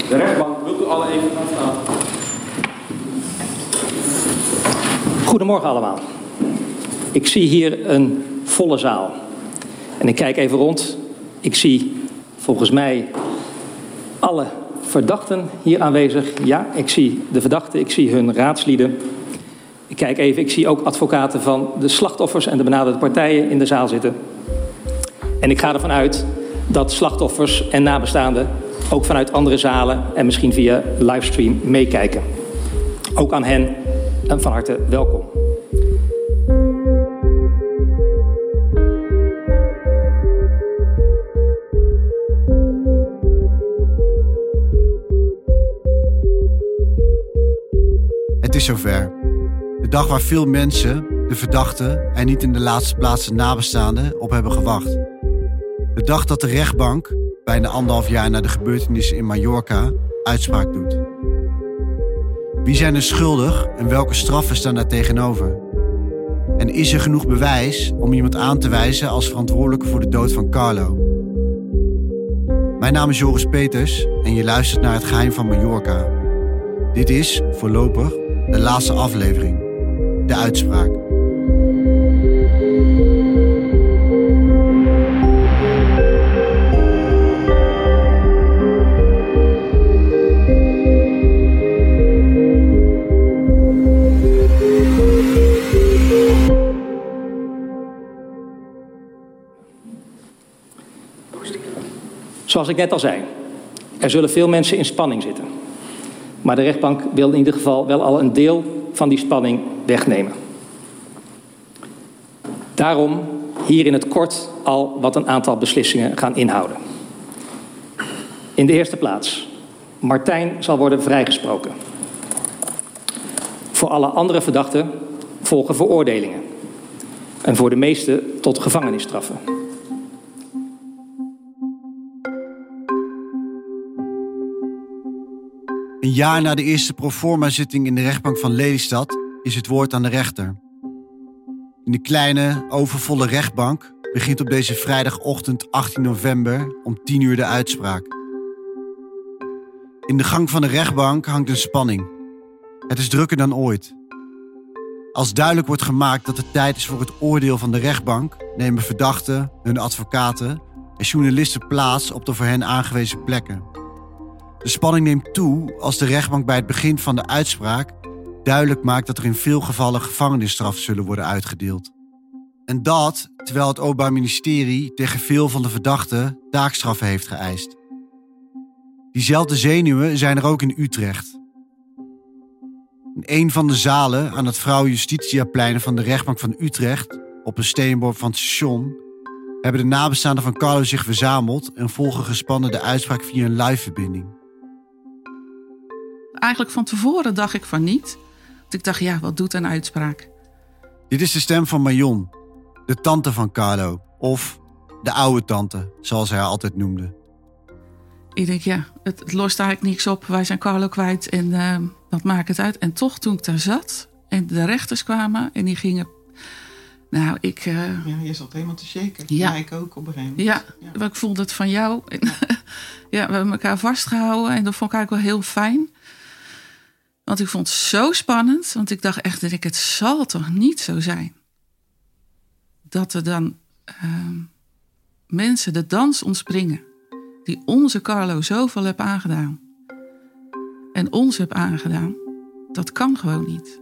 De rechtbank, wilt u alle even gaan staan? Goedemorgen allemaal. Ik zie hier een volle zaal. En ik kijk even rond. Ik zie volgens mij alle verdachten hier aanwezig. Ja, ik zie de verdachten, ik zie hun raadslieden. Ik kijk even, ik zie ook advocaten van de slachtoffers en de benaderde partijen in de zaal zitten. En ik ga ervan uit dat slachtoffers en nabestaanden ook vanuit andere zalen en misschien via livestream meekijken. Ook aan hen van harte welkom. Het is zover. De dag waar veel mensen, de verdachten en niet in de laatste plaats de nabestaanden op hebben gewacht. De dag dat de rechtbank, bijna 1,5 jaar na de gebeurtenissen in Mallorca, uitspraak doet. Wie zijn er schuldig en welke straffen staan daar tegenover? En is er genoeg bewijs om iemand aan te wijzen als verantwoordelijke voor de dood van Carlo? Mijn naam is Joris Peters en je luistert naar Het Geheim van Mallorca. Dit is, voorlopig, de laatste aflevering. De uitspraak. Zoals ik net al zei, er zullen veel mensen in spanning zitten. Maar de rechtbank wil in ieder geval wel al een deel van die spanning wegnemen. Daarom hier in het kort al wat een aantal beslissingen gaan inhouden. In de eerste plaats, Martijn zal worden vrijgesproken. Voor alle andere verdachten volgen veroordelingen. En voor de meeste tot gevangenisstraffen. Een jaar na de eerste proforma-zitting in de rechtbank van Lelystad is het woord aan de rechter. In de kleine, overvolle rechtbank begint op deze vrijdagochtend 18 november om 10 uur de uitspraak. In de gang van de rechtbank hangt een spanning. Het is drukker dan ooit. Als duidelijk wordt gemaakt dat het tijd is voor het oordeel van de rechtbank, nemen verdachten, hun advocaten en journalisten plaats op de voor hen aangewezen plekken. De spanning neemt toe als de rechtbank bij het begin van de uitspraak duidelijk maakt dat er in veel gevallen gevangenisstraffen zullen worden uitgedeeld. En dat terwijl het Openbaar Ministerie tegen veel van de verdachten taakstraffen heeft geëist. Diezelfde zenuwen zijn er ook in Utrecht. In een van de zalen aan het Vrouwen-Justitiaplein van de rechtbank van Utrecht, op een steenworp van het station, hebben de nabestaanden van Carlo zich verzameld en volgen gespannen de uitspraak via een liveverbinding. Eigenlijk van tevoren dacht ik van niet. Want ik dacht, ja, wat doet een uitspraak? Dit is de stem van Marion, de tante van Carlo. Of de oude tante, zoals hij haar altijd noemde. Ik denk, ja, het lost eigenlijk niks op. Wij zijn Carlo kwijt en wat maakt het uit? En toch, toen ik daar zat en de rechters kwamen en die gingen... Nou, ik... Ja, je zat helemaal te shaken. Ja. Ik ook op een gegeven moment. Ja, ik voelde het van jou. Ja, we hebben elkaar vastgehouden en dat vond ik eigenlijk wel heel fijn. Want ik vond het zo spannend. Want ik dacht echt, het zal toch niet zo zijn. Dat er dan mensen de dans ontspringen. Die onze Carlo zoveel hebben aangedaan. En ons hebben aangedaan. Dat kan gewoon niet.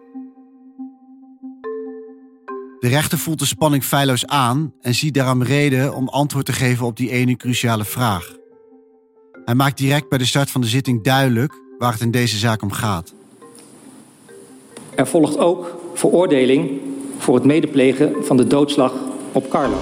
De rechter voelt de spanning feilloos aan en ziet daarom reden om antwoord te geven op die ene cruciale vraag. Hij maakt direct bij de start van de zitting duidelijk waar het in deze zaak om gaat. Er volgt ook veroordeling voor het medeplegen van de doodslag op Carlo.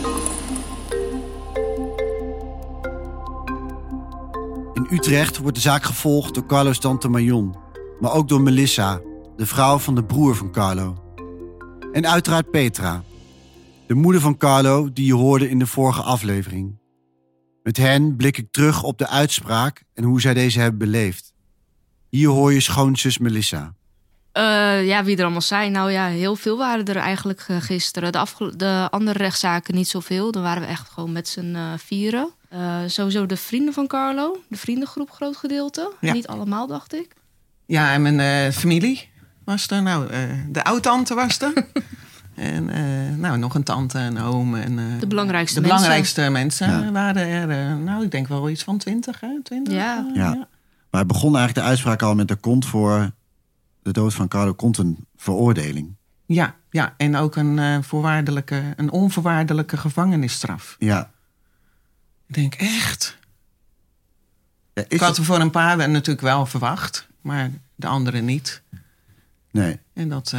In Utrecht wordt de zaak gevolgd door Carlo's tante Marion, maar ook door Melissa, de vrouw van de broer van Carlo. En uiteraard Petra, de moeder van Carlo die je hoorde in de vorige aflevering. Met hen blik ik terug op de uitspraak en hoe zij deze hebben beleefd. Hier hoor je schoonzus Melissa. Wie er allemaal zijn. Nou ja, heel veel waren er eigenlijk gisteren. De andere rechtszaken niet zoveel. Dan waren we echt gewoon met z'n vieren. Sowieso de vrienden van Carlo. De vriendengroep, groot gedeelte. Ja. Niet allemaal, dacht ik. Ja, en mijn familie was er. Nou, de oud-tante was er. En nog een tante en oom. En, De belangrijkste mensen waren er. Ik denk wel iets van 20, hè? 20? Ja. Ja. Maar het begon eigenlijk de uitspraak al met... er komt voor de dood van Carlo komt een veroordeling. Ja, en ook een onvoorwaardelijke gevangenisstraf. Ja. Ik denk, echt? Ja, Ik had er voor een paar natuurlijk wel verwacht, maar de anderen niet. Nee. En dat...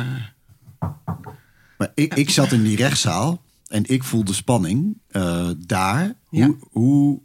Maar ik zat in die rechtszaal en ik voelde spanning daar. Ja. Hoe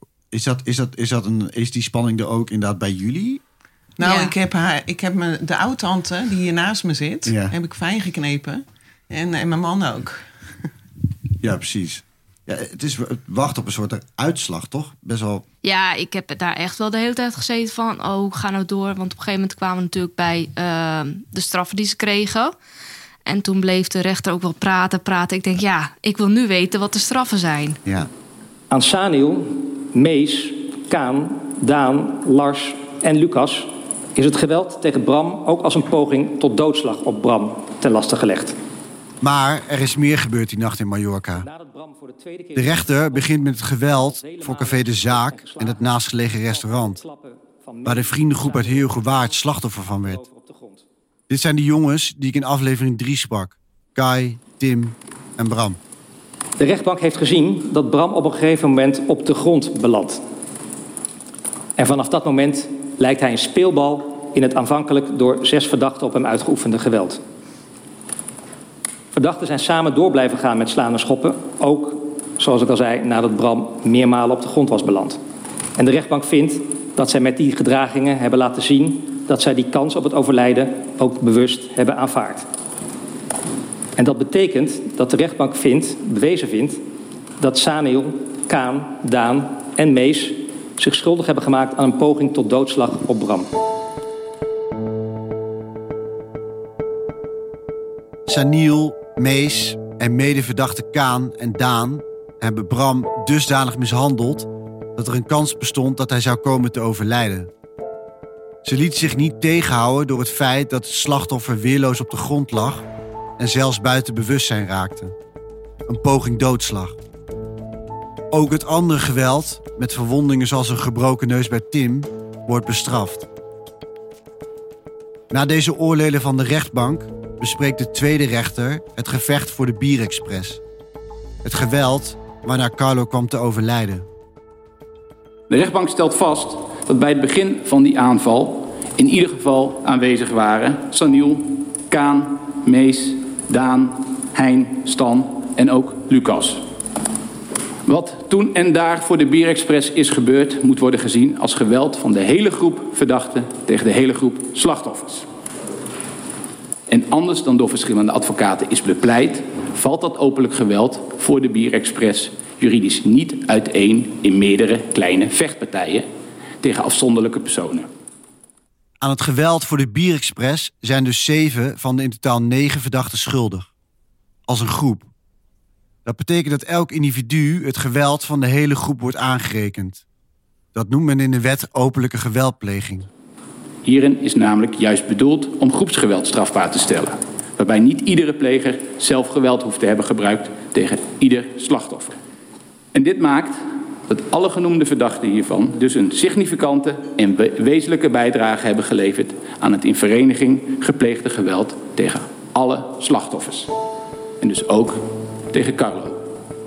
is die spanning er ook inderdaad bij jullie? Nou, Ja. ik heb de oud-tante die hier naast me zit, heb ik fijn geknepen. En mijn man ook. Ja, precies. Ja, het wacht op een soort uitslag, toch? Best wel... Ja, ik heb daar echt wel de hele tijd gezeten van... ga nou door. Want op een gegeven moment kwamen we natuurlijk bij de straffen die ze kregen. En toen bleef de rechter ook wel praten. Ik denk, ik wil nu weten wat de straffen zijn. Ja. Aan Saniel, Mees, Kaan, Daan, Lars en Lucas is het geweld tegen Bram ook als een poging tot doodslag op Bram ten laste gelegd. Maar er is meer gebeurd die nacht in Mallorca. Nadat Bram voor de tweede keer... De rechter begint met het geweld voor Café de Zaak en het naastgelegen restaurant, waar de vriendengroep uit Heerhugowaard slachtoffer van werd. Dit zijn de jongens die ik in aflevering 3 sprak. Kai, Tim en Bram. De rechtbank heeft gezien dat Bram op een gegeven moment op de grond belandt. En vanaf dat moment lijkt hij een speelbal in het aanvankelijk door 6 verdachten op hem uitgeoefende geweld. Verdachten zijn samen door blijven gaan met slaan en schoppen. Ook, zoals ik al zei, nadat Bram meermalen op de grond was beland. En de rechtbank vindt dat zij met die gedragingen hebben laten zien dat zij die kans op het overlijden ook bewust hebben aanvaard. En dat betekent dat de rechtbank bewezen vindt dat Saniel, Kaan, Daan en Mees zich schuldig hebben gemaakt aan een poging tot doodslag op Bram. Saniel, Mees en medeverdachten Kaan en Daan hebben Bram dusdanig mishandeld dat er een kans bestond dat hij zou komen te overlijden. Ze liet zich niet tegenhouden door het feit dat het slachtoffer weerloos op de grond lag en zelfs buiten bewustzijn raakte. Een poging doodslag. Ook het andere geweld, met verwondingen zoals een gebroken neus bij Tim, wordt bestraft. Na deze oordelen van de rechtbank bespreekt de tweede rechter het gevecht voor de Bierexpress. Het geweld waarna Carlo kwam te overlijden. De rechtbank stelt vast dat bij het begin van die aanval in ieder geval aanwezig waren Saniel, Kaan, Mees, Daan, Hein, Stan en ook Lucas. Wat toen en daar voor de Bierexpress is gebeurd moet worden gezien als geweld van de hele groep verdachten tegen de hele groep slachtoffers. En anders dan door verschillende advocaten is bepleit, valt dat openlijk geweld voor de Bierexpress juridisch niet uiteen in meerdere kleine vechtpartijen tegen afzonderlijke personen. Aan het geweld voor de Bierexpress zijn dus 7 van de in totaal 9 verdachten schuldig. Als een groep. Dat betekent dat elk individu het geweld van de hele groep wordt aangerekend. Dat noemt men in de wet openlijke geweldpleging. Hierin is namelijk juist bedoeld om groepsgeweld strafbaar te stellen, waarbij niet iedere pleger zelf geweld hoeft te hebben gebruikt tegen ieder slachtoffer. En dit maakt dat alle genoemde verdachten hiervan dus een significante en wezenlijke bijdrage hebben geleverd aan het in vereniging gepleegde geweld tegen alle slachtoffers. En dus ook tegen Carlo.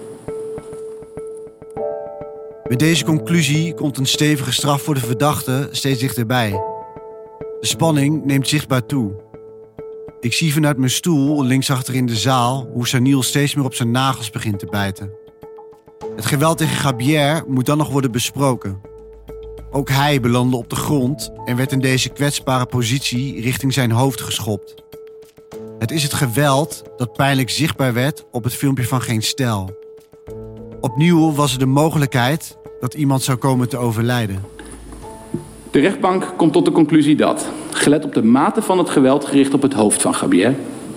Met deze conclusie komt een stevige straf voor de verdachte steeds dichterbij. De spanning neemt zichtbaar toe. Ik zie vanuit mijn stoel linksachter in de zaal hoe Saniel steeds meer op zijn nagels begint te bijten. Het geweld tegen Gabier moet dan nog worden besproken. Ook hij belandde op de grond en werd in deze kwetsbare positie richting zijn hoofd geschopt. Het is het geweld dat pijnlijk zichtbaar werd op het filmpje van Geen Stijl. Opnieuw was er de mogelijkheid dat iemand zou komen te overlijden. De rechtbank komt tot de conclusie dat, gelet op de mate van het geweld gericht op het hoofd van Gabier,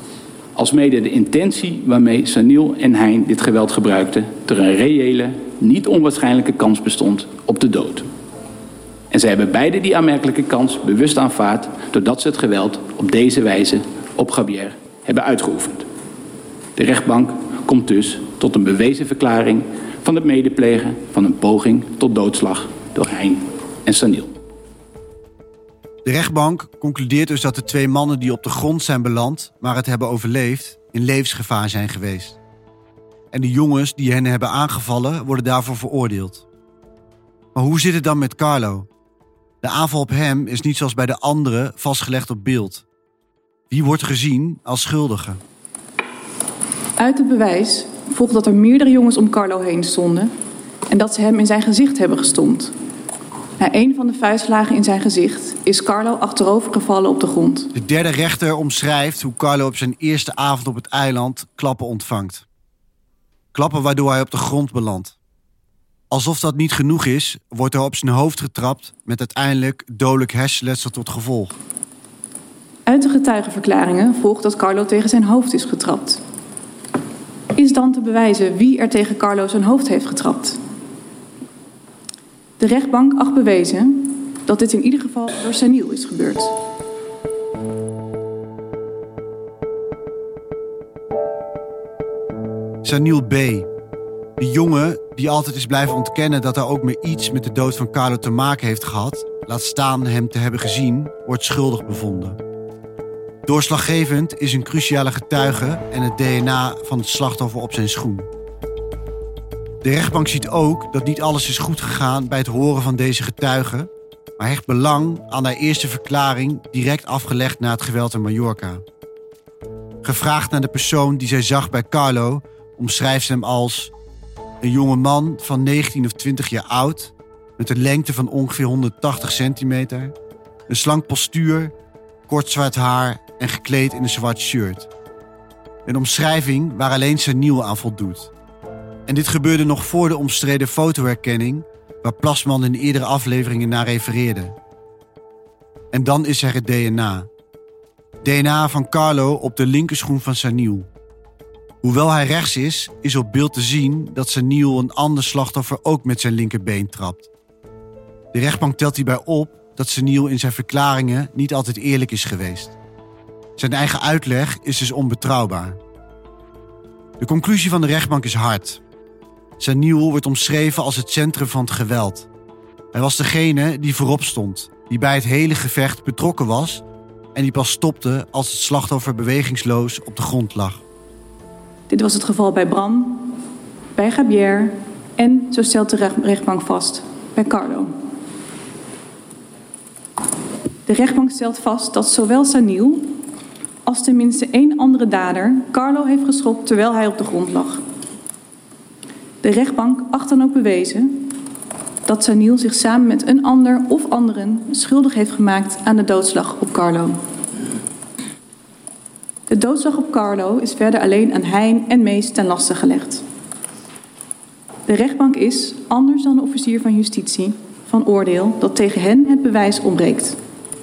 alsmede de intentie waarmee Saniel en Hein dit geweld gebruikten, er een reële, niet onwaarschijnlijke kans bestond op de dood. En zij hebben beide die aanmerkelijke kans bewust aanvaard, doordat ze het geweld op deze wijze op Javier hebben uitgeoefend. De rechtbank komt dus tot een bewezen verklaring van het medeplegen van een poging tot doodslag door Hein en Saniel. De rechtbank concludeert dus dat de 2 mannen die op de grond zijn beland, maar het hebben overleefd, in levensgevaar zijn geweest. En de jongens die hen hebben aangevallen worden daarvoor veroordeeld. Maar hoe zit het dan met Carlo? De aanval op hem is niet zoals bij de anderen vastgelegd op beeld. Wie wordt gezien als schuldige? Uit het bewijs volgt dat er meerdere jongens om Carlo heen stonden en dat ze hem in zijn gezicht hebben gestompt. Na een van de vuistslagen in zijn gezicht is Carlo achterover gevallen op de grond. De derde rechter omschrijft hoe Carlo op zijn eerste avond op het eiland klappen ontvangt. Klappen waardoor hij op de grond belandt. Alsof dat niet genoeg is, wordt er op zijn hoofd getrapt met uiteindelijk dodelijk hersenletsel tot gevolg. Uit de getuigenverklaringen volgt dat Carlo tegen zijn hoofd is getrapt. Is dan te bewijzen wie er tegen Carlo zijn hoofd heeft getrapt? De rechtbank acht bewezen dat dit in ieder geval door Saniel is gebeurd. Saniel B., de jongen die altijd is blijven ontkennen dat hij ook maar iets met de dood van Carlo te maken heeft gehad, laat staan hem te hebben gezien, wordt schuldig bevonden. Doorslaggevend is een cruciale getuige en het DNA van het slachtoffer op zijn schoen. De rechtbank ziet ook dat niet alles is goed gegaan bij het horen van deze getuige, maar hecht belang aan haar eerste verklaring direct afgelegd na het geweld in Mallorca. Gevraagd naar de persoon die zij zag bij Carlo, omschrijft ze hem als een jonge man van 19 of 20 jaar oud, met een lengte van ongeveer 180 centimeter, een slank postuur, kort zwart haar en gekleed in een zwart shirt. Een omschrijving waar alleen Saniel aan voldoet. En dit gebeurde nog voor de omstreden fotoherkenning, waar Plasman in eerdere afleveringen naar refereerde. En dan is er het DNA. DNA van Carlo op de linkerschoen van Saniel. Hoewel hij rechts is op beeld te zien dat Saniel een ander slachtoffer ook met zijn linkerbeen trapt. De rechtbank telt hierbij op dat Saniel in zijn verklaringen niet altijd eerlijk is geweest. Zijn eigen uitleg is dus onbetrouwbaar. De conclusie van de rechtbank is hard. Saniel wordt omschreven als het centrum van het geweld. Hij was degene die voorop stond, die bij het hele gevecht betrokken was en die pas stopte als het slachtoffer bewegingsloos op de grond lag. Dit was het geval bij Bram, bij Javier en, zo stelt de rechtbank vast, bij Carlo. De rechtbank stelt vast dat zowel Saniel als tenminste 1 andere dader Carlo heeft geschopt terwijl hij op de grond lag. De rechtbank acht dan ook bewezen dat Saniel zich samen met een ander of anderen schuldig heeft gemaakt aan de doodslag op Carlo. De doodslag op Carlo is verder alleen aan Hein en Mees ten laste gelegd. De rechtbank is, anders dan de officier van justitie, van oordeel dat tegen hen het bewijs ontbreekt.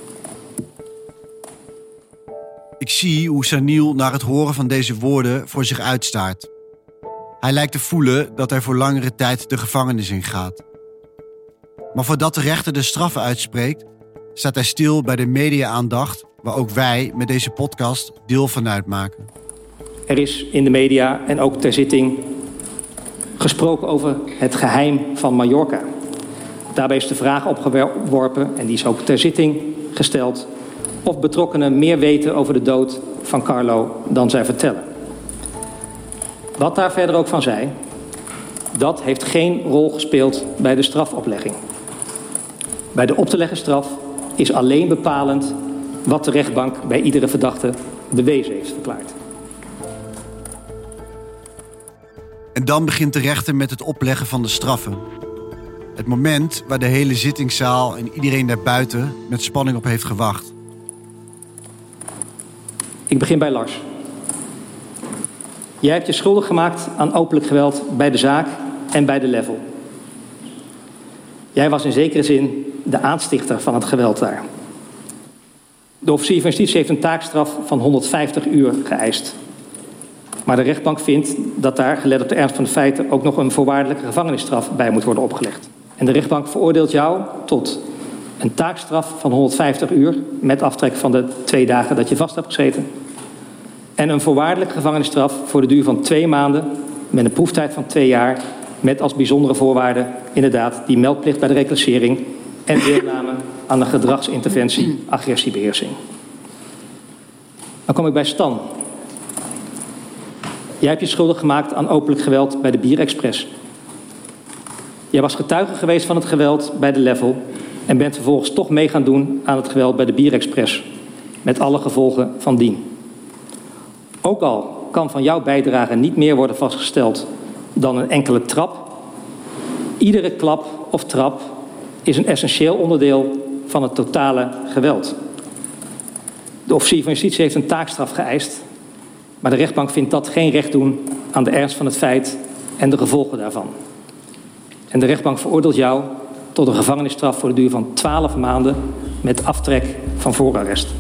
Ik zie hoe Saniel naar het horen van deze woorden voor zich uitstaart. Hij lijkt te voelen dat hij voor langere tijd de gevangenis ingaat. Maar voordat de rechter de straffen uitspreekt, staat hij stil bij de media-aandacht waar ook wij met deze podcast deel van uitmaken. Er is in de media en ook ter zitting gesproken over het geheim van Mallorca. Daarbij is de vraag opgeworpen, en die is ook ter zitting gesteld, of betrokkenen meer weten over de dood van Carlo dan zij vertellen. Wat daar verder ook van zij, dat heeft geen rol gespeeld bij de strafoplegging. Bij de op te leggen straf is alleen bepalend wat de rechtbank bij iedere verdachte bewezen heeft verklaard. En dan begint de rechter met het opleggen van de straffen. Het moment waar de hele zittingszaal en iedereen daarbuiten met spanning op heeft gewacht. Ik begin bij Lars. Jij hebt je schuldig gemaakt aan openlijk geweld bij de zaak en bij de level. Jij was in zekere zin de aanstichter van het geweld daar. De officier van justitie heeft een taakstraf van 150 uur geëist. Maar de rechtbank vindt dat daar, gelet op de ernst van de feiten, ook nog een voorwaardelijke gevangenisstraf bij moet worden opgelegd. En de rechtbank veroordeelt jou tot een taakstraf van 150 uur... met aftrek van de 2 dagen dat je vast hebt gezeten. En een voorwaardelijke gevangenisstraf voor de duur van 2 maanden... met een proeftijd van 2 jaar... met als bijzondere voorwaarde inderdaad die meldplicht bij de reclassering... en deelname aan de gedragsinterventie agressiebeheersing. Dan kom ik bij Stan. Jij hebt je schuldig gemaakt aan openlijk geweld bij de Bierexpress. Jij was getuige geweest van het geweld bij de Level... en bent vervolgens toch mee gaan doen aan het geweld bij de Bierexpress... met alle gevolgen van dien. Ook al kan van jouw bijdrage niet meer worden vastgesteld dan een enkele trap... iedere klap of trap is een essentieel onderdeel van het totale geweld. De officier van justitie heeft een taakstraf geëist... maar de rechtbank vindt dat geen recht doen aan de ernst van het feit en de gevolgen daarvan. En de rechtbank veroordeelt jou tot een gevangenisstraf voor de duur van 12 maanden... met aftrek van voorarrest.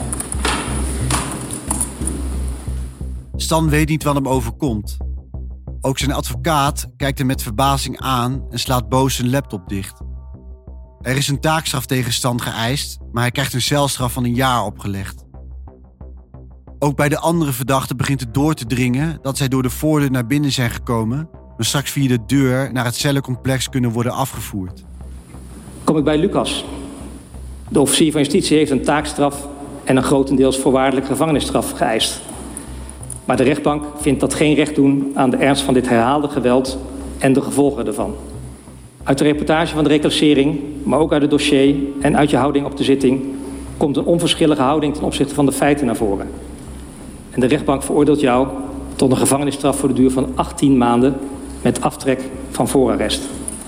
Stan weet niet wat hem overkomt. Ook zijn advocaat kijkt hem met verbazing aan en slaat boos zijn laptop dicht. Er is een taakstraf tegen Stan geëist, maar hij krijgt een celstraf van 1 jaar opgelegd. Ook bij de andere verdachten begint het door te dringen dat zij door de voordeur naar binnen zijn gekomen, maar straks via de deur naar het cellencomplex kunnen worden afgevoerd. Kom ik bij Lucas. De officier van justitie heeft een taakstraf en een grotendeels voorwaardelijke gevangenisstraf geëist. Maar de rechtbank vindt dat geen recht doen aan de ernst van dit herhaalde geweld en de gevolgen ervan. Uit de reportage van de reclassering, maar ook uit het dossier en uit je houding op de zitting, komt een onverschillige houding ten opzichte van de feiten naar voren. En de rechtbank veroordeelt jou tot een gevangenisstraf voor de duur van 18 maanden met aftrek van voorarrest.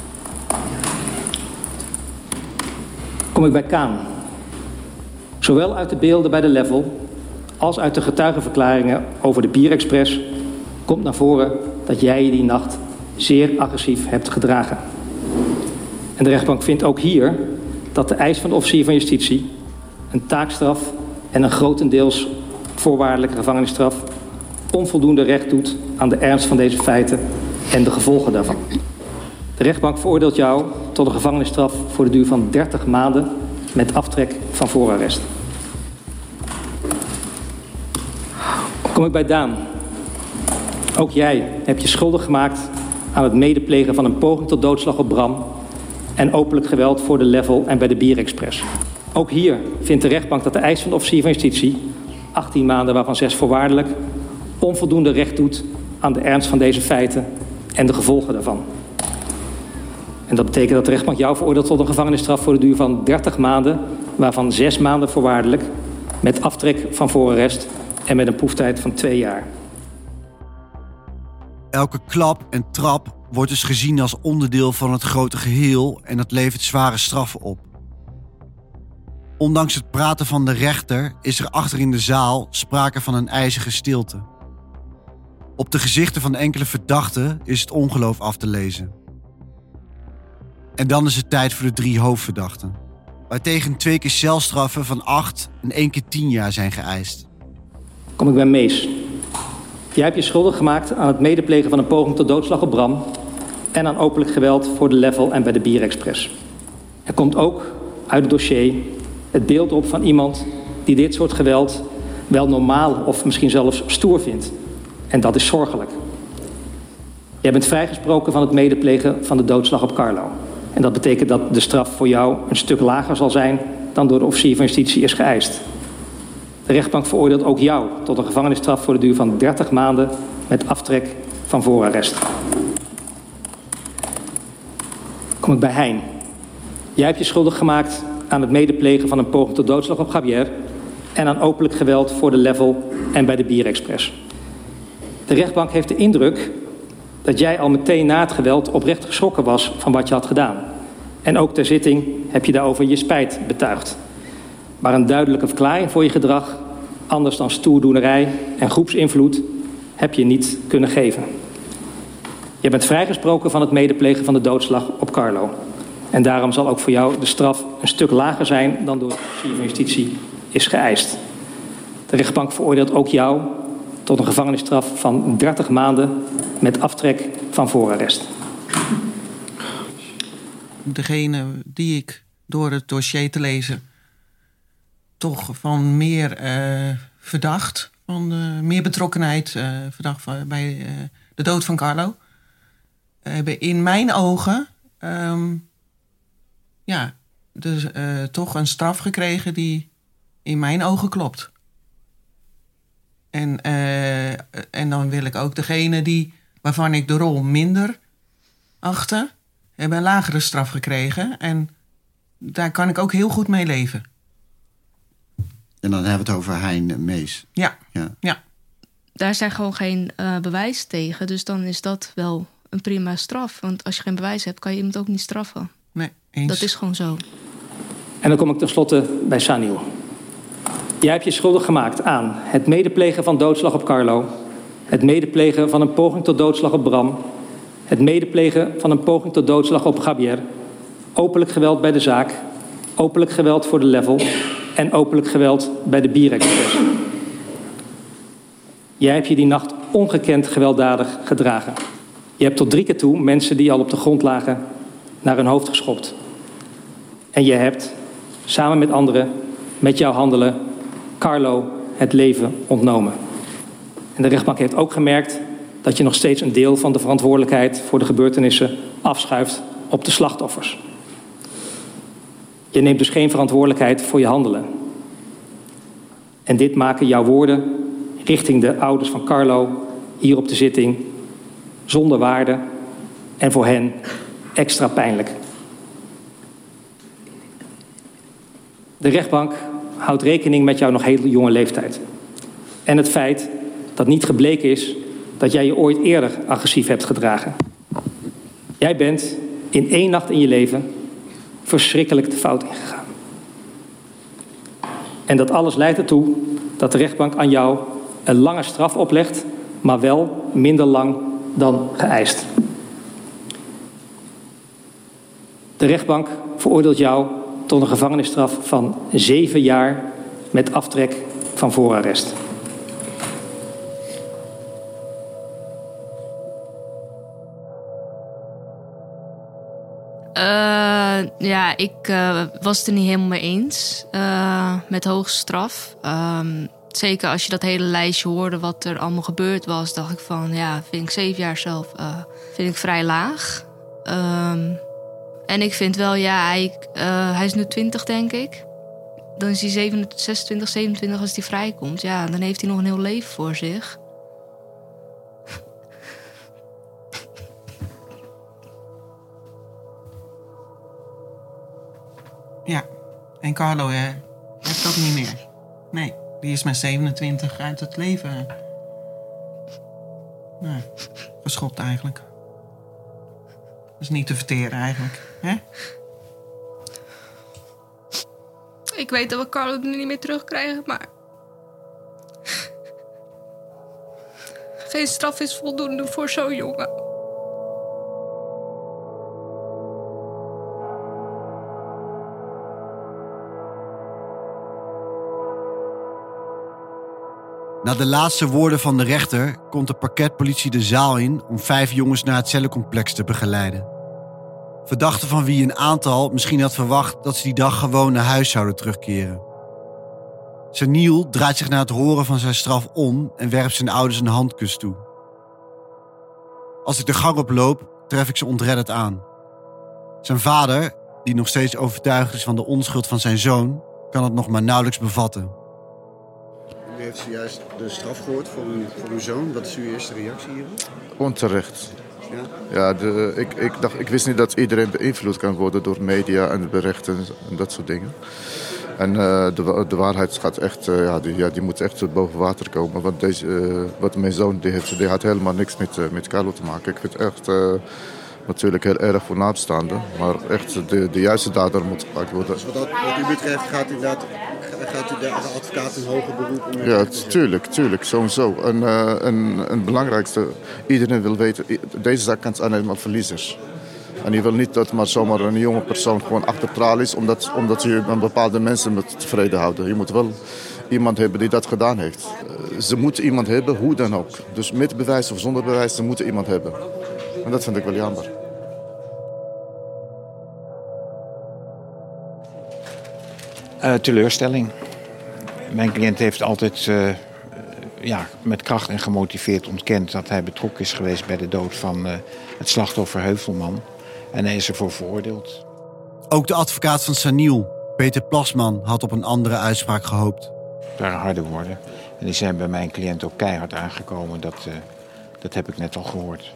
Kom ik bij Kaan. Zowel uit de beelden bij de Level als uit de getuigenverklaringen over de Bierexpress komt naar voren dat jij je die nacht zeer agressief hebt gedragen. En de rechtbank vindt ook hier dat de eis van de officier van justitie, een taakstraf en een grotendeels voorwaardelijke gevangenisstraf, onvoldoende recht doet aan de ernst van deze feiten en de gevolgen daarvan. De rechtbank veroordeelt jou tot een gevangenisstraf voor de duur van 30 maanden met aftrek van voorarrest. Kom ik bij Daan. Ook jij hebt je schuldig gemaakt aan het medeplegen van een poging tot doodslag op Bram en openlijk geweld voor de Level en bij de Bierexpress. Ook hier vindt de rechtbank dat de eis van de officier van justitie, 18 maanden waarvan 6 voorwaardelijk, onvoldoende recht doet aan de ernst van deze feiten en de gevolgen daarvan. En dat betekent dat de rechtbank jou veroordeelt tot een gevangenisstraf voor de duur van 30 maanden, waarvan 6 maanden voorwaardelijk, met aftrek van voorarrest en met een proeftijd van 2 jaar. Elke klap en trap wordt dus gezien als onderdeel van het grote geheel en dat levert zware straffen op. Ondanks het praten van de rechter is er achter in de zaal sprake van een ijzige stilte. Op de gezichten van enkele verdachten is het ongeloof af te lezen. En dan is het tijd voor de 3 hoofdverdachten, waartegen 2 keer celstraffen van 8 en 1 keer 10 jaar zijn geëist. Kom ik bij Mees. Jij hebt je schuldig gemaakt aan het medeplegen van een poging tot doodslag op Bram en aan openlijk geweld voor de Level en bij de Bierexpress. Er komt ook uit het dossier het beeld op van iemand die dit soort geweld wel normaal of misschien zelfs stoer vindt. En dat is zorgelijk. Jij bent vrijgesproken van het medeplegen van de doodslag op Carlo. En dat betekent dat de straf voor jou een stuk lager zal zijn dan door de officier van justitie is geëist. De rechtbank veroordeelt ook jou tot een gevangenisstraf voor de duur van 30 maanden met aftrek van voorarrest. Kom ik bij Hein. Jij hebt je schuldig gemaakt aan het medeplegen van een poging tot doodslag op Javier en aan openlijk geweld voor de Level en bij de Bierexpress. De rechtbank heeft de indruk dat jij al meteen na het geweld oprecht geschrokken was van wat je had gedaan. En ook ter zitting heb je daarover je spijt betuigd. Maar een duidelijke verklaring voor je gedrag, anders dan stoerdoenerij en groepsinvloed, heb je niet kunnen geven. Je bent vrijgesproken van het medeplegen van de doodslag op Carlo. En daarom zal ook voor jou de straf een stuk lager zijn dan door de officier van justitie is geëist. De rechtbank veroordeelt ook jou tot tot een gevangenisstraf van 30 maanden met aftrek van voorarrest. Degene die ik door het dossier te lezen toch van meer verdacht, van meer betrokkenheid verdacht bij de dood van Carlo, hebben in mijn ogen dus toch een straf gekregen die in mijn ogen klopt. En dan wil ik ook degene waarvan ik de rol minder achtte, hebben een lagere straf gekregen. En daar kan ik ook heel goed mee leven. En dan hebben we het over Hein Mees. Ja. Daar zijn gewoon geen bewijs tegen. Dus dan is dat wel een prima straf. Want als je geen bewijs hebt, kan je iemand ook niet straffen. Nee, eens. Dat is gewoon zo. En dan kom ik tenslotte bij Saniel. Jij hebt je schuldig gemaakt aan het medeplegen van doodslag op Carlo, het medeplegen van een poging tot doodslag op Bram, het medeplegen van een poging tot doodslag op Javier, openlijk geweld bij de zaak, openlijk geweld voor de level en openlijk geweld bij de bierexpress. Jij hebt je die nacht ongekend gewelddadig gedragen. Je hebt tot 3 keer toe mensen die al op de grond lagen naar hun hoofd geschopt. En je hebt, samen met anderen, met jouw handelen, Carlo het leven ontnomen. En de rechtbank heeft ook gemerkt dat je nog steeds een deel van de verantwoordelijkheid voor de gebeurtenissen afschuift op de slachtoffers. Je neemt dus geen verantwoordelijkheid voor je handelen. En dit maken jouw woorden richting de ouders van Carlo hier op de zitting zonder waarde en voor hen extra pijnlijk. De rechtbank houdt rekening met jouw nog heel jonge leeftijd. En het feit dat niet gebleken is dat jij je ooit eerder agressief hebt gedragen. Jij bent in 1 nacht in je leven verschrikkelijk de fout ingegaan. En dat alles leidt ertoe dat de rechtbank aan jou een lange straf oplegt, maar wel minder lang dan geëist. De rechtbank veroordeelt jou tot een gevangenisstraf van 7 jaar met aftrek van voorarrest. Ik was het er niet helemaal mee eens met hoogste straf. Zeker als je dat hele lijstje hoorde wat er allemaal gebeurd was, dacht ik van, vind ik 7 jaar zelf vind ik vrij laag. En ik vind wel, hij is nu 20, denk ik. Dan is hij 26, 27 als hij vrijkomt. Ja, dan heeft hij nog een heel leven voor zich. Ja, en Carlo heeft dat niet meer. Nee, die is met 27 uit het leven geschopt eigenlijk. Dat is niet te verteren eigenlijk, hè? Ik weet dat we Carlo nu niet meer terugkrijgen, maar geen straf is voldoende voor zo'n jongen. Na de laatste woorden van de rechter komt de parquetpolitie de zaal in om 5 jongens naar het cellencomplex te begeleiden. Verdachten van wie een aantal misschien had verwacht dat ze die dag gewoon naar huis zouden terugkeren. Saniel draait zich na het horen van zijn straf om en werpt zijn ouders een handkus toe. Als ik de gang oploop, tref ik ze ontredderd aan. Zijn vader, die nog steeds overtuigd is van de onschuld van zijn zoon, kan het nog maar nauwelijks bevatten. U heeft zojuist de straf gehoord voor uw zoon. Wat is uw eerste reactie hierop? Onterecht. Ja, ik wist niet dat iedereen beïnvloed kan worden door media en berichten en dat soort dingen. En de waarheid gaat echt, die moet echt boven water komen. Want wat mijn zoon die had helemaal niks met Carlo te maken. Ik vind het echt natuurlijk heel erg voor nabestaanden. Maar echt de juiste dader moet gepakt worden. Dus wat u betreft gaat u de advocaat een hoger beroep om... Ja, tuurlijk, sowieso. En het belangrijkste, iedereen wil weten, deze zaak kan alleen maar verliezers. En je wil niet dat maar zomaar een jonge persoon gewoon achter tralies, omdat je bepaalde mensen moet tevreden houden. Je moet wel iemand hebben die dat gedaan heeft. Ze moeten iemand hebben, hoe dan ook. Dus met bewijs of zonder bewijs, ze moeten iemand hebben. En dat vind ik wel jammer. Teleurstelling. Mijn cliënt heeft altijd met kracht en gemotiveerd ontkend dat hij betrokken is geweest bij de dood van het slachtoffer Heuvelman. En hij is ervoor veroordeeld. Ook de advocaat van Saniel, Peter Plasman, had op een andere uitspraak gehoopt. Het waren harde woorden. En die zijn bij mijn cliënt ook keihard aangekomen. Dat heb ik net al gehoord.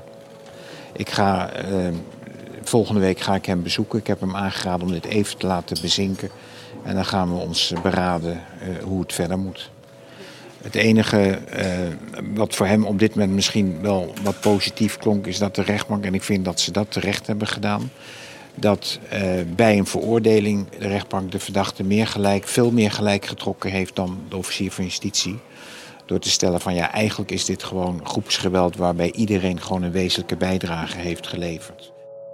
Volgende week ga ik hem bezoeken. Ik heb hem aangeraden om dit even te laten bezinken. En dan gaan we ons beraden hoe het verder moet. Het enige wat voor hem op dit moment misschien wel wat positief klonk, is dat de rechtbank, en ik vind dat ze dat terecht hebben gedaan, dat bij een veroordeling de rechtbank de verdachte veel meer gelijk getrokken heeft dan de officier van justitie. Door te stellen van eigenlijk is dit gewoon groepsgeweld waarbij iedereen gewoon een wezenlijke bijdrage heeft geleverd.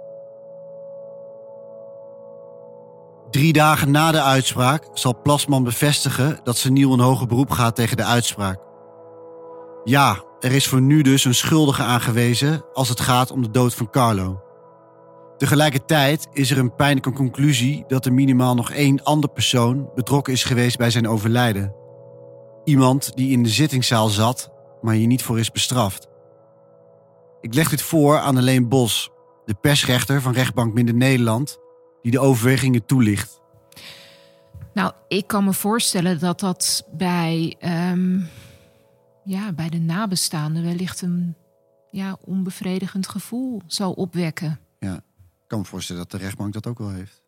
3 dagen na de uitspraak zal Plasman bevestigen dat Saniel een hoger beroep gaat tegen de uitspraak. Ja, er is voor nu dus een schuldige aangewezen als het gaat om de dood van Carlo. Tegelijkertijd is er een pijnlijke conclusie dat er minimaal nog 1 andere persoon betrokken is geweest bij zijn overlijden. Iemand die in de zittingszaal zat, maar hier niet voor is bestraft. Ik leg dit voor aan Alleen Bos, de persrechter van rechtbank Midden-Nederland, die de overwegingen toelicht. Nou, ik kan me voorstellen dat bij de nabestaanden wellicht een onbevredigend gevoel zal opwekken. Ja, ik kan me voorstellen dat de rechtbank dat ook wel heeft.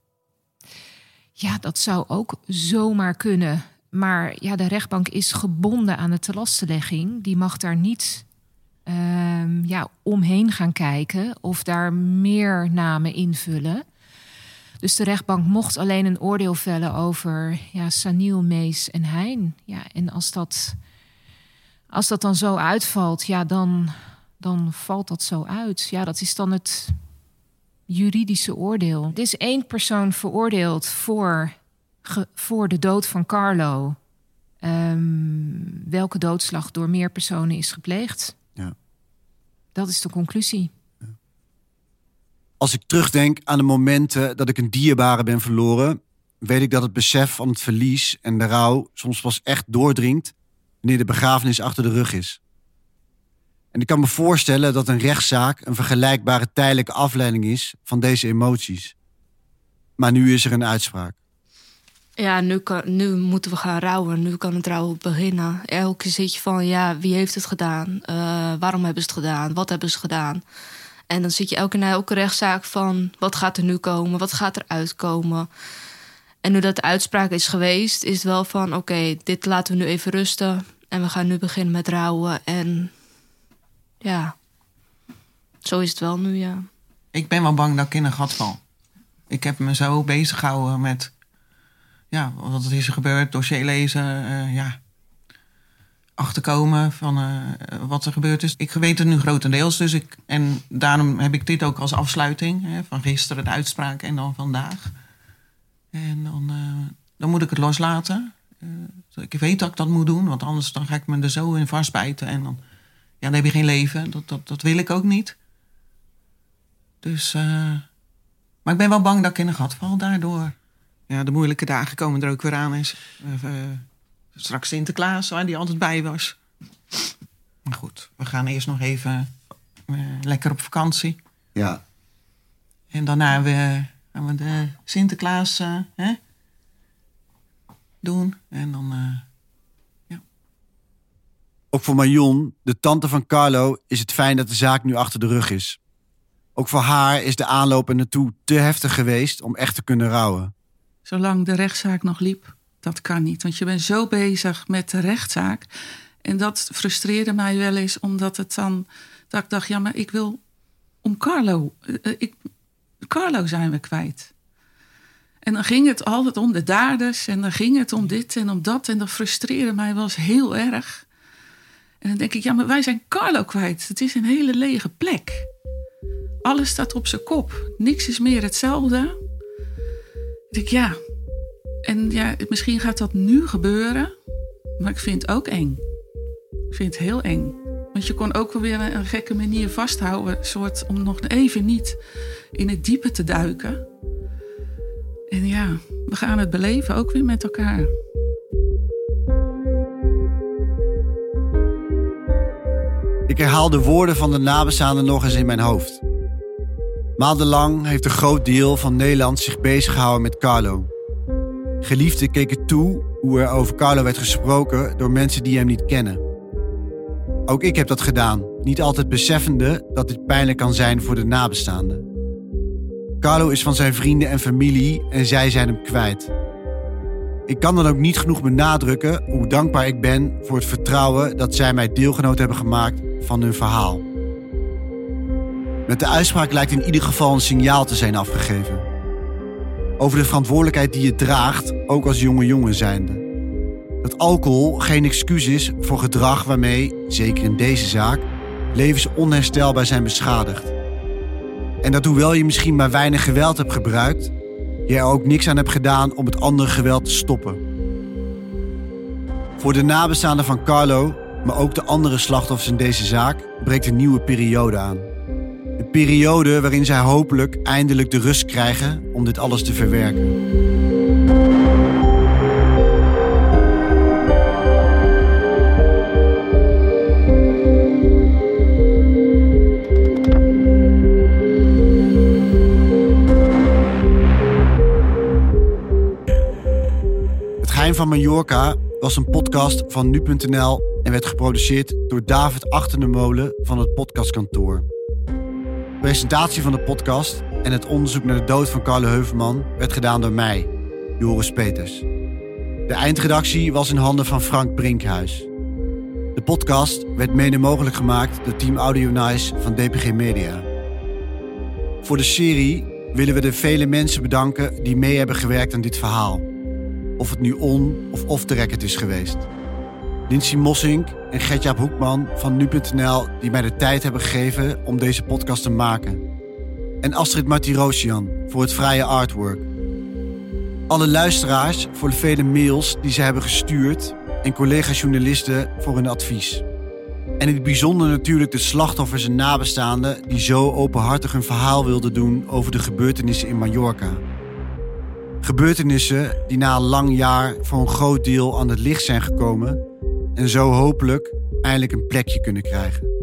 Ja, dat zou ook zomaar kunnen. Maar ja, de rechtbank is gebonden aan de telastenlegging. Die mag daar niet omheen gaan kijken of daar meer namen invullen. Dus de rechtbank mocht alleen een oordeel vellen over Saniel, Mees en Hein. Ja, en als dat dan zo uitvalt, dan valt dat zo uit. Ja, dat is dan het juridische oordeel. Er is 1 persoon veroordeeld voor de dood van Carlo. Welke doodslag door meer personen is gepleegd? Ja. Dat is de conclusie. Als ik terugdenk aan de momenten dat ik een dierbare ben verloren, weet ik dat het besef van het verlies en de rouw soms pas echt doordringt wanneer de begrafenis achter de rug is. En ik kan me voorstellen dat een rechtszaak een vergelijkbare tijdelijke afleiding is van deze emoties. Maar nu is er een uitspraak. Ja, nu moeten we gaan rouwen. Nu kan het rouwen beginnen. Elke keer zit je van, wie heeft het gedaan? Waarom hebben ze het gedaan? Wat hebben ze gedaan? En dan zit je elke rechtszaak van, wat gaat er nu komen? Wat gaat er uitkomen? En nu dat de uitspraak is geweest, is het wel van, oké, dit laten we nu even rusten. En we gaan nu beginnen met rouwen. En ja, zo is het wel nu, ja. Ik ben wel bang dat ik in een gat val. Ik heb me zo bezig gehouden met, wat is er gebeurd, dossier lezen, achterkomen van wat er gebeurd is. Ik weet het nu grotendeels, en daarom heb ik dit ook als afsluiting, van gisteren de uitspraak en dan vandaag. En dan moet ik het loslaten. Ik weet dat ik dat moet doen, want anders dan ga ik me er zo in vastbijten en dan heb je geen leven. Dat wil ik ook niet. Dus, maar ik ben wel bang dat ik in een gat val daardoor. Ja, de moeilijke dagen komen er ook weer aan. Straks Sinterklaas, waar die altijd bij was. Maar goed, we gaan eerst nog even lekker op vakantie. Ja. En daarna gaan we de Sinterklaas doen. En dan, Ook voor Marion, de tante van Carlo, is het fijn dat de zaak nu achter de rug is. Ook voor haar is de aanloop er naartoe te heftig geweest om echt te kunnen rouwen. Zolang de rechtszaak nog liep, dat kan niet. Want je bent zo bezig met de rechtszaak. En dat frustreerde mij wel eens, omdat het dan, dat ik dacht, maar ik wil om Carlo. Carlo zijn we kwijt. En dan ging het altijd om de daders. En dan ging het om dit en om dat. En dat frustreerde mij wel eens heel erg. En dan denk ik, maar wij zijn Carlo kwijt. Het is een hele lege plek. Alles staat op zijn kop. Niks is meer hetzelfde. Ik denk, en misschien gaat dat nu gebeuren. Maar ik vind het ook eng. Ik vind het heel eng. Want je kon ook wel weer een gekke manier vasthouden. Soort om nog even niet in het diepe te duiken. En ja, we gaan het beleven ook weer met elkaar. Ik herhaal de woorden van de nabestaanden nog eens in mijn hoofd. Maandenlang heeft een groot deel van Nederland zich bezig gehouden met Carlo. Geliefden keken toe hoe er over Carlo werd gesproken door mensen die hem niet kennen. Ook ik heb dat gedaan, niet altijd beseffende dat dit pijnlijk kan zijn voor de nabestaanden. Carlo is van zijn vrienden en familie en zij zijn hem kwijt. Ik kan dan ook niet genoeg benadrukken hoe dankbaar ik ben voor het vertrouwen dat zij mij deelgenoot hebben gemaakt van hun verhaal. Met de uitspraak lijkt in ieder geval een signaal te zijn afgegeven. Over de verantwoordelijkheid die je draagt, ook als jonge jongen zijnde. Dat alcohol geen excuus is voor gedrag waarmee, zeker in deze zaak, levens onherstelbaar zijn beschadigd. En dat hoewel je misschien maar weinig geweld hebt gebruikt, je er ook niks aan hebt gedaan om het andere geweld te stoppen. Voor de nabestaanden van Carlo, maar ook de andere slachtoffers in deze zaak, breekt een nieuwe periode aan. Een periode waarin zij hopelijk eindelijk de rust krijgen om dit alles te verwerken. Het Geheim van Mallorca was een podcast van nu.nl en werd geproduceerd door David Achternemolen van het podcastkantoor. De presentatie van de podcast en het onderzoek naar de dood van Carlo Heuvelman werd gedaan door mij, Joris Peters. De eindredactie was in handen van Frank Brinkhuis. De podcast werd mede mogelijk gemaakt door Team Audio Nice van DPG Media. Voor de serie willen we de vele mensen bedanken die mee hebben gewerkt aan dit verhaal. Of het nu on- of off the record is geweest. Lindsay Mossink en Gertjaap Hoekman van nu.nl die mij de tijd hebben gegeven om deze podcast te maken. En Astrid Martirosyan voor het vrije artwork. Alle luisteraars voor de vele mails die ze hebben gestuurd en collega-journalisten voor hun advies. En in het bijzonder natuurlijk de slachtoffers en nabestaanden die zo openhartig hun verhaal wilden doen over de gebeurtenissen in Mallorca. Gebeurtenissen die na een lang jaar voor een groot deel aan het licht zijn gekomen en zo hopelijk eindelijk een plekje kunnen krijgen.